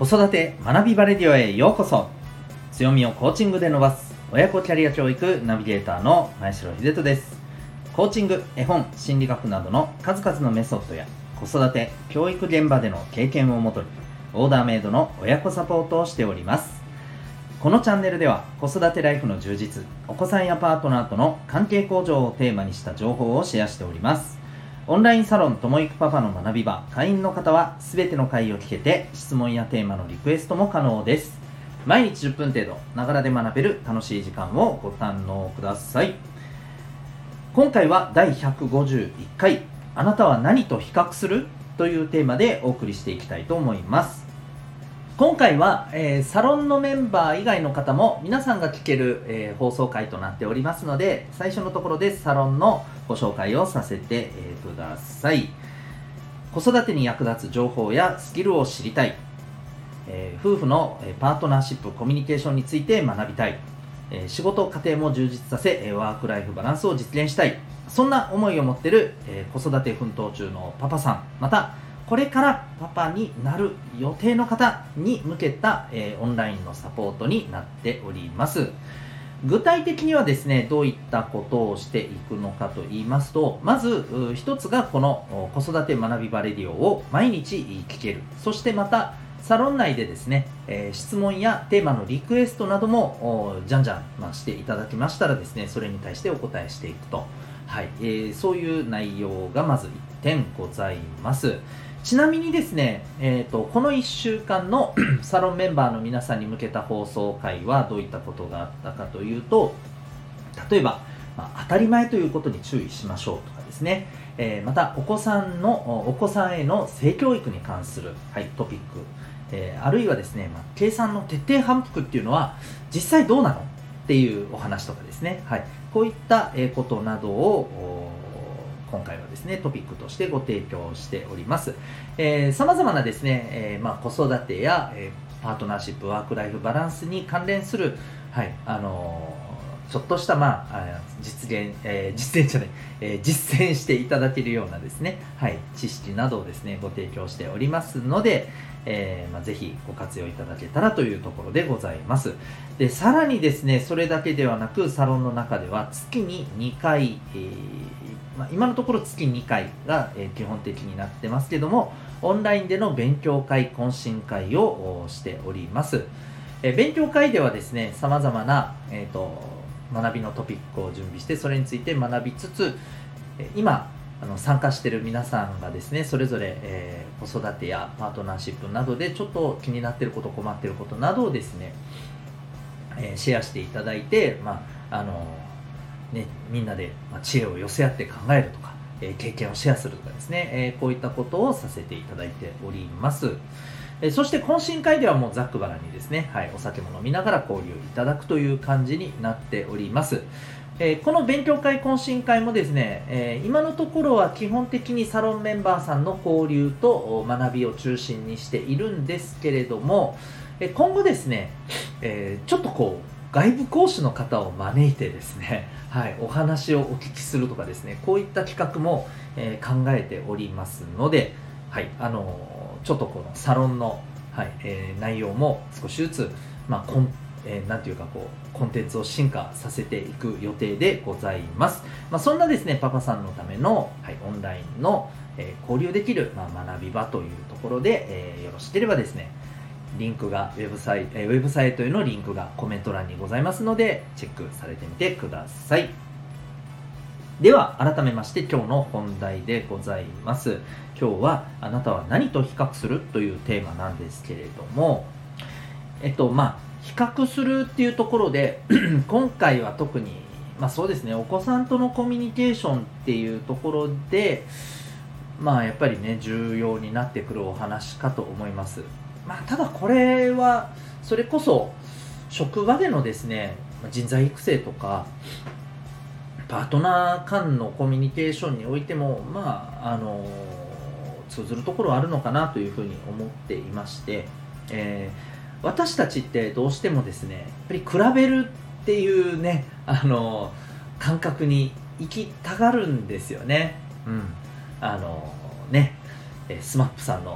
育て学びバレディオへようこそ。強みをコーチングで伸ばす親子キャリア教育ナビゲーターの前城秀人です。コーチング、絵本、心理学などの数々のメソッドや子育て教育現場での経験をもとにオーダーメイドの親子サポートをしております。このチャンネルでは子育てライフの充実、お子さんやパートナーとの関係向上をテーマにした情報をシェアしております。オンラインサロンともいくパパの学び場、会員の方はすべての回を聞けて質問やテーマのリクエストも可能です。毎日10分程度ながらで学べる楽しい時間をご堪能ください。今回は第151回、あなたは何と比較するというテーマでお送りしていきたいと思います。今回は、サロンのメンバー以外の方も皆さんが聞ける、放送回となっておりますので、最初のところでサロンのご紹介をさせて、ください。子育てに役立つ情報やスキルを知りたい、夫婦のパートナーシップコミュニケーションについて学びたい、仕事家庭も充実させワークライフバランスを実現したい、そんな思いを持っている、子育て奮闘中のパパさん、またこれからパパになる予定の方に向けた、オンラインのサポートになっております。具体的にはですね、どういったことをしていくのかと言いますと、まず一つがこの子育て学びバレディオを毎日聞ける。そしてまたサロン内でですね、質問やテーマのリクエストなどもじゃんじゃん、していただきましたらですね、それに対してお答えしていくと、そういう内容がまず1点ございます。ちなみにですね、この1週間のサロンメンバーの皆さんに向けた放送回はどういったことがあったかというと、例えば、当たり前ということに注意しましょうとかですね、またお子さんへの性教育に関する、トピック、あるいはですね、計算の徹底反復っていうのは実際どうなのっていうお話とかですね、こういったことなどを今回はですねトピックとしてご提供しております。様々なですね、子育てや、パートナーシップワークライフバランスに関連する、ちょっとした、実践していただけるようなですね、知識などをですねご提供しておりますので、ぜひご活用いただけたらというところでございます。で、さらにですね、それだけではなくサロンの中では月に2回、今のところ月2回が、基本的になってますけども、オンラインでの勉強会懇親会をしております。勉強会ではですね、様々な、学びのトピックを準備して、それについて学びつつ、今参加している皆さんがですね、それぞれ、子育てやパートナーシップなどでちょっと気になっていること、困っていることなどをですね、シェアしていただいて、みんなで知恵を寄せ合って考えるとか、経験をシェアするとかですね、こういったことをさせていただいております。そして懇親会ではもうざっくばらんにですね、お酒も飲みながら交流いただくという感じになっております。この勉強会懇親会もですね、今のところは基本的にサロンメンバーさんの交流と学びを中心にしているんですけれども、今後ですね、ちょっと外部講師の方を招いてですね、お話をお聞きするとかですね、こういった企画も、考えておりますので、ちょっとこのサロンの、内容も少しずつ、なんていうかコンテンツを進化させていく予定でございます。そんなですね、パパさんのための、オンラインの、交流できる、学び場というところで、よろしければですね、リンクがウェブサイトへのリンクがコメント欄にございますので、チェックされてみてください。では改めまして今日の本題でございます。今日はあなたは何と比較するというテーマなんですけれども、比較するっていうところで今回は特にそうですね、お子さんとのコミュニケーションっていうところでやっぱりね重要になってくるお話かと思います。ただこれはそれこそ職場でのですね人材育成とかパートナー間のコミュニケーションにおいても通ずるところはあるのかなというふうに思っていまして、私たちってどうしてもですねやっぱり比べるっていうね感覚に行きたがるんですよね。スマップさんの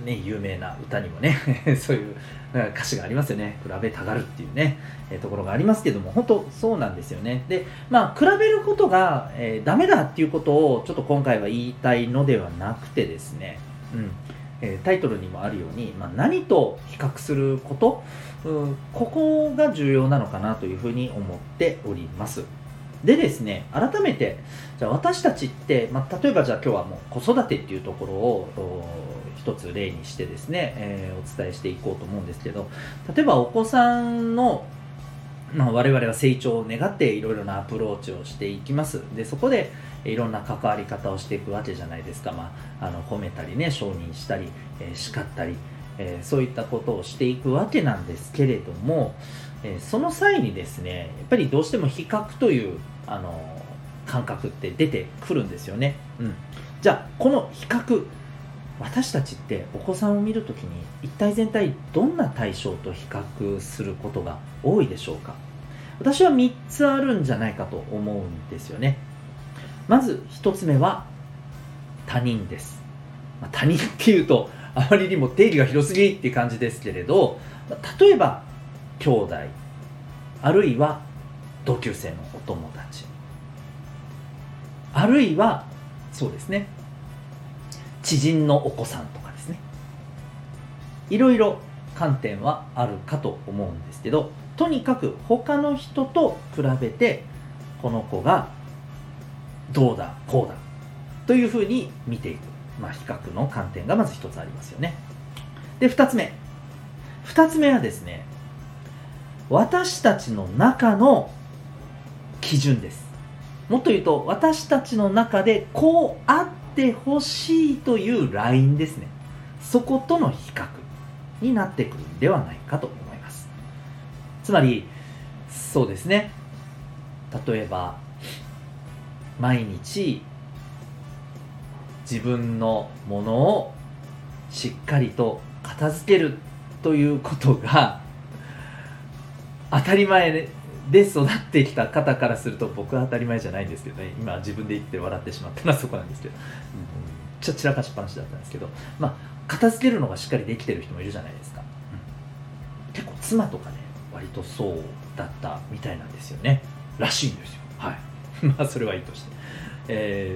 ね、有名な歌にもねそういう歌詞がありますよね。比べたがるっていうね、ところがありますけども、本当そうなんですよね。で、比べることが、ダメだっていうことをちょっと今回は言いたいのではなくてですね、タイトルにもあるように、何と比較すること、ここが重要なのかなというふうに思っております。でですね、改めて、じゃあ私たちって、例えばじゃあ今日はもう子育てっていうところを一つ例にしてですね、お伝えしていこうと思うんですけど、例えばお子さんの、我々は成長を願っていろいろなアプローチをしていきます。で、そこでいろんな関わり方をしていくわけじゃないですか。褒めたりね、承認したり、叱ったり、そういったことをしていくわけなんですけれども、その際にですね、やっぱりどうしても比較という感覚って出てくるんですよね。じゃあこの比較、私たちってお子さんを見るときに一体全体どんな対象と比較することが多いでしょうか。私は3つあるんじゃないかと思うんですよね。まず1つ目は他人です。他人っていうとあまりにも定義が広すぎっていう感じですけれど、例えば兄弟、あるいは同級生のお友達、あるいはそうですね、知人のお子さんとかですね、いろいろ観点はあるかと思うんですけど、とにかく他の人と比べてこの子がどうだこうだというふうに見ていく、比較の観点がまず一つありますよね。で、二つ目はですね、私たちの中の基準です。もっと言うと、私たちの中でこうあってほしいというラインですね。そことの比較になってくるんではないかと思います。つまりそうですね、例えば毎日自分のものをしっかりと片付けるということが当たり前で育ってきた方からすると、僕は当たり前じゃないんですけどね、今自分で言って笑ってしまったのはそこなんですけど、ちょっと散らかしっぱなしだったんですけど、片付けるのがしっかりできてる人もいるじゃないですか。結構妻とかね、割とそうだったみたいなんですよね、らしいんですよ。はいそれはいいとして、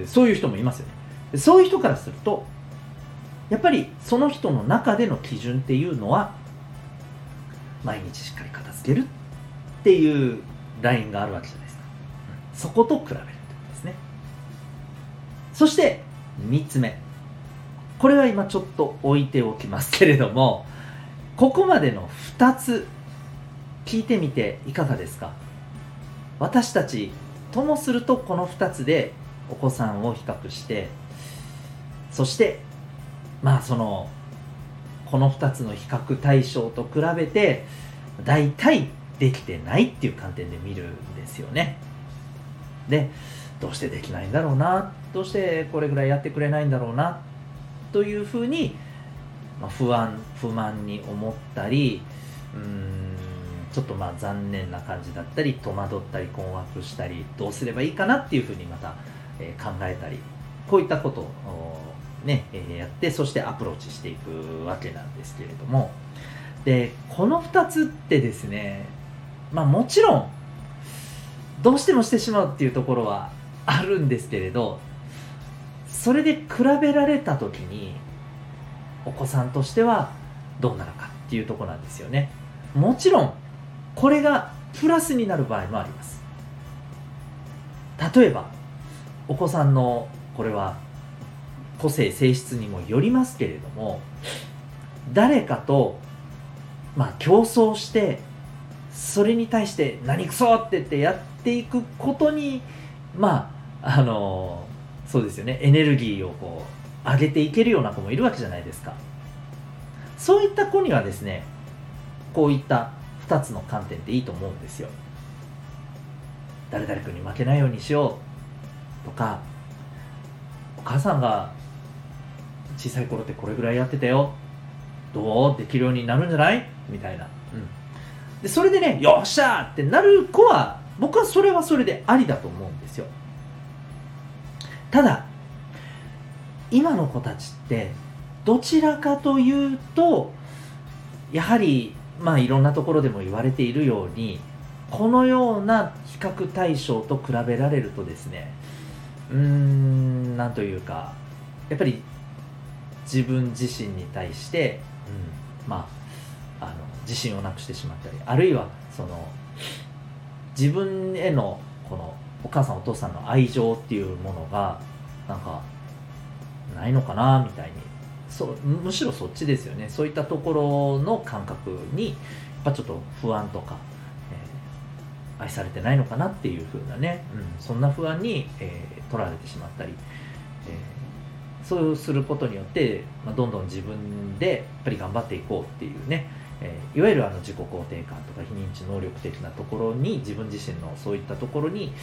そういう人もいますよね。そういう人からすると、やっぱりその人の中での基準っていうのは、毎日しっかり片付けるっていうラインがあるわけじゃないですか。そこと比べるってことですね。そして3つ目、これは今ちょっと置いておきますけれども、ここまでの2つ聞いてみていかがですか。私たちともするとこの2つでお子さんを比較して、そしてこの2つの比較対象と比べて大体できてないっていう観点で見るんですよね。で、どうしてできないんだろうな、どうしてこれぐらいやってくれないんだろうなというふうに、不安不満に思ったり、ちょっと残念な感じだったり、戸惑ったり困惑したり、どうすればいいかなっていうふうにまた、考えたり、こういったことをやって、そしてアプローチしていくわけなんですけれども、でこの2つってですね、もちろんどうしてもしてしまうっていうところはあるんですけれど、それで比べられた時にお子さんとしてはどうなるかっていうところなんですよね。もちろんこれがプラスになる場合もあります。例えばお子さんのこれは個性性質にもよりますけれども、誰かと競争して、それに対して何くそって言ってやっていくことにそうですよね、エネルギーを上げていけるような子もいるわけじゃないですか。そういった子にはですね、こういった2つの観点でいいと思うんですよ。誰々君に負けないようにしようとか、お母さんが小さい頃ってこれぐらいやってたよ、どうできるようになるんじゃないみたいな、でそれでね、よっしゃーってなる子は、僕はそれはそれでありだと思うんですよ。ただ今の子たちってどちらかというとやはりいろんなところでも言われているように、このような比較対象と比べられるとですね、なんというかやっぱり自分自身に対して、自信をなくしてしまったり、あるいはその自分へのこのお母さんお父さんの愛情っていうものがなんかないのかなみたいに、むしろそっちですよね。そういったところの感覚にやっぱちょっと不安とか、愛されてないのかなっていう風なね、そんな不安に、取られてしまったり、そうすることによって、どんどん自分でやっぱり頑張っていこうっていうね、いわゆる自己肯定感とか非認知能力的なところに、自分自身のそういったところに、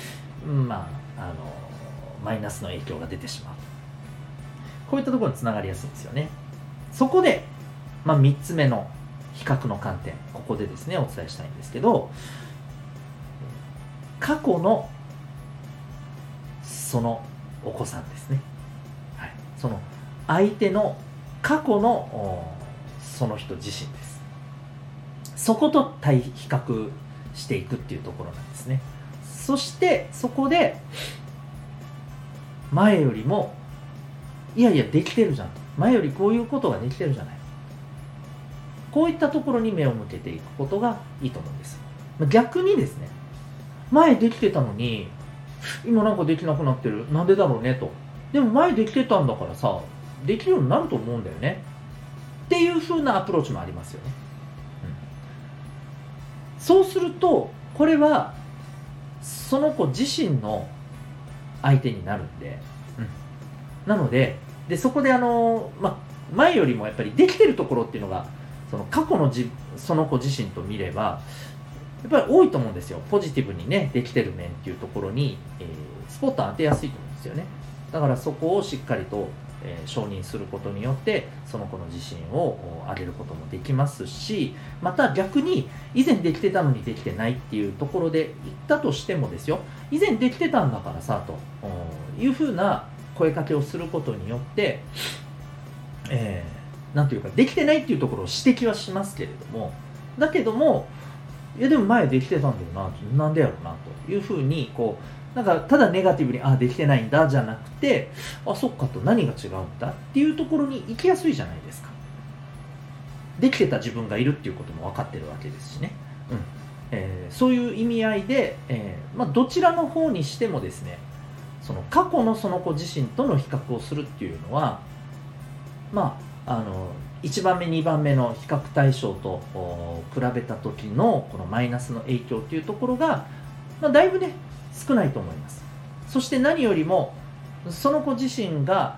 マイナスの影響が出てしまう。こういったところにつながりやすいんですよね。そこで、3つ目の比較の観点、ここでですねお伝えしたいんですけど、過去のそのお子さんですね、その相手の過去のその人自身です。そこと比較していくっていうところなんですね。そしてそこで前よりもいやいやできてるじゃんと、前よりこういうことができてるじゃない、こういったところに目を向けていくことがいいと思うんです。逆にですね、前できてたのに今なんかできなくなってる、なんでだろうねと、でも前できてたんだからさ、できるようになると思うんだよねっていう風なアプローチもありますよね。そうするとこれはその子自身の相手になるんで、なのでそこで前よりもやっぱりできてるところっていうのがその過去のその子自身と見ればやっぱり多いと思うんですよ。ポジティブにねできてる面っていうところに、スポット当てやすいと思うんですよね。だからそこをしっかりと、承認することによってその子の自信を上げることもできますし、また逆に以前できてたのにできてないっていうところで言ったとしてもですよ、以前できてたんだからさというふうな声かけをすることによって、なんというかできてないっていうところを指摘はしますけれども、だけどもいやでも前できてたんだよな、なんでやろうなというふうになんかただネガティブにできてないんだじゃなくて、そっかと、何が違うんだっていうところに行きやすいじゃないですか。できてた自分がいるっていうことも分かってるわけですしね、そういう意味合いで、どちらの方にしてもですね、その過去のその子自身との比較をするっていうのは1番目2番目の比較対象と比べた時のこのマイナスの影響っていうところが、だいぶね少ないと思います。そして何よりもその子自身が、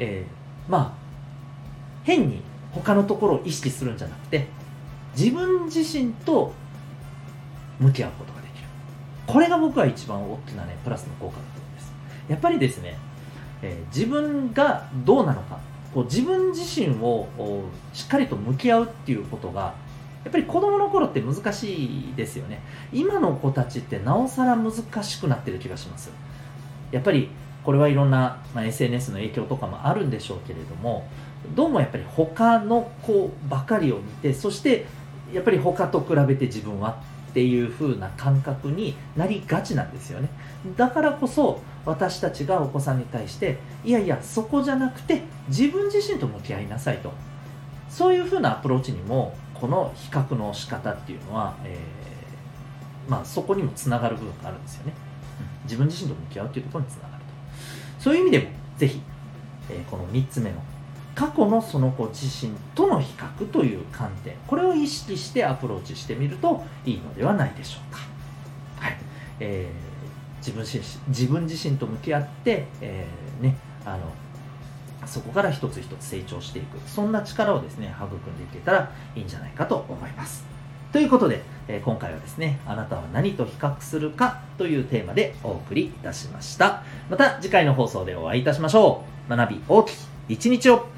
変に他のところを意識するんじゃなくて、自分自身と向き合うことができる。これが僕は一番大きなねプラスの効果だと思います。やっぱりですね、自分がどうなのか、自分自身をしっかりと向き合うっていうことがやっぱり子供の頃って難しいですよね。今の子たちってなおさら難しくなってる気がします。やっぱりこれはいろんな、SNS の影響とかもあるんでしょうけれども、どうもやっぱり他の子ばかりを見て、そしてやっぱり他と比べて自分はっていう風な感覚になりがちなんですよね。だからこそ私たちがお子さんに対していやいやそこじゃなくて自分自身と向き合いなさいと、そういう風なアプローチにもこの比較の仕方っていうのは、そこにもつながる部分があるんですよね。自分自身と向き合うっていうところにつながると。そういう意味でもぜひ、この3つ目の過去のその子自身との比較という観点、これを意識してアプローチしてみるといいのではないでしょうか。はい、自分自身と向き合って、そこから一つ一つ成長していく、そんな力をですね育んでいけたらいいんじゃないかと思います。ということで、今回はですね、あなたは何と比較するかというテーマでお送りいたしました。また次回の放送でお会いいたしましょう。学び大きい一日を。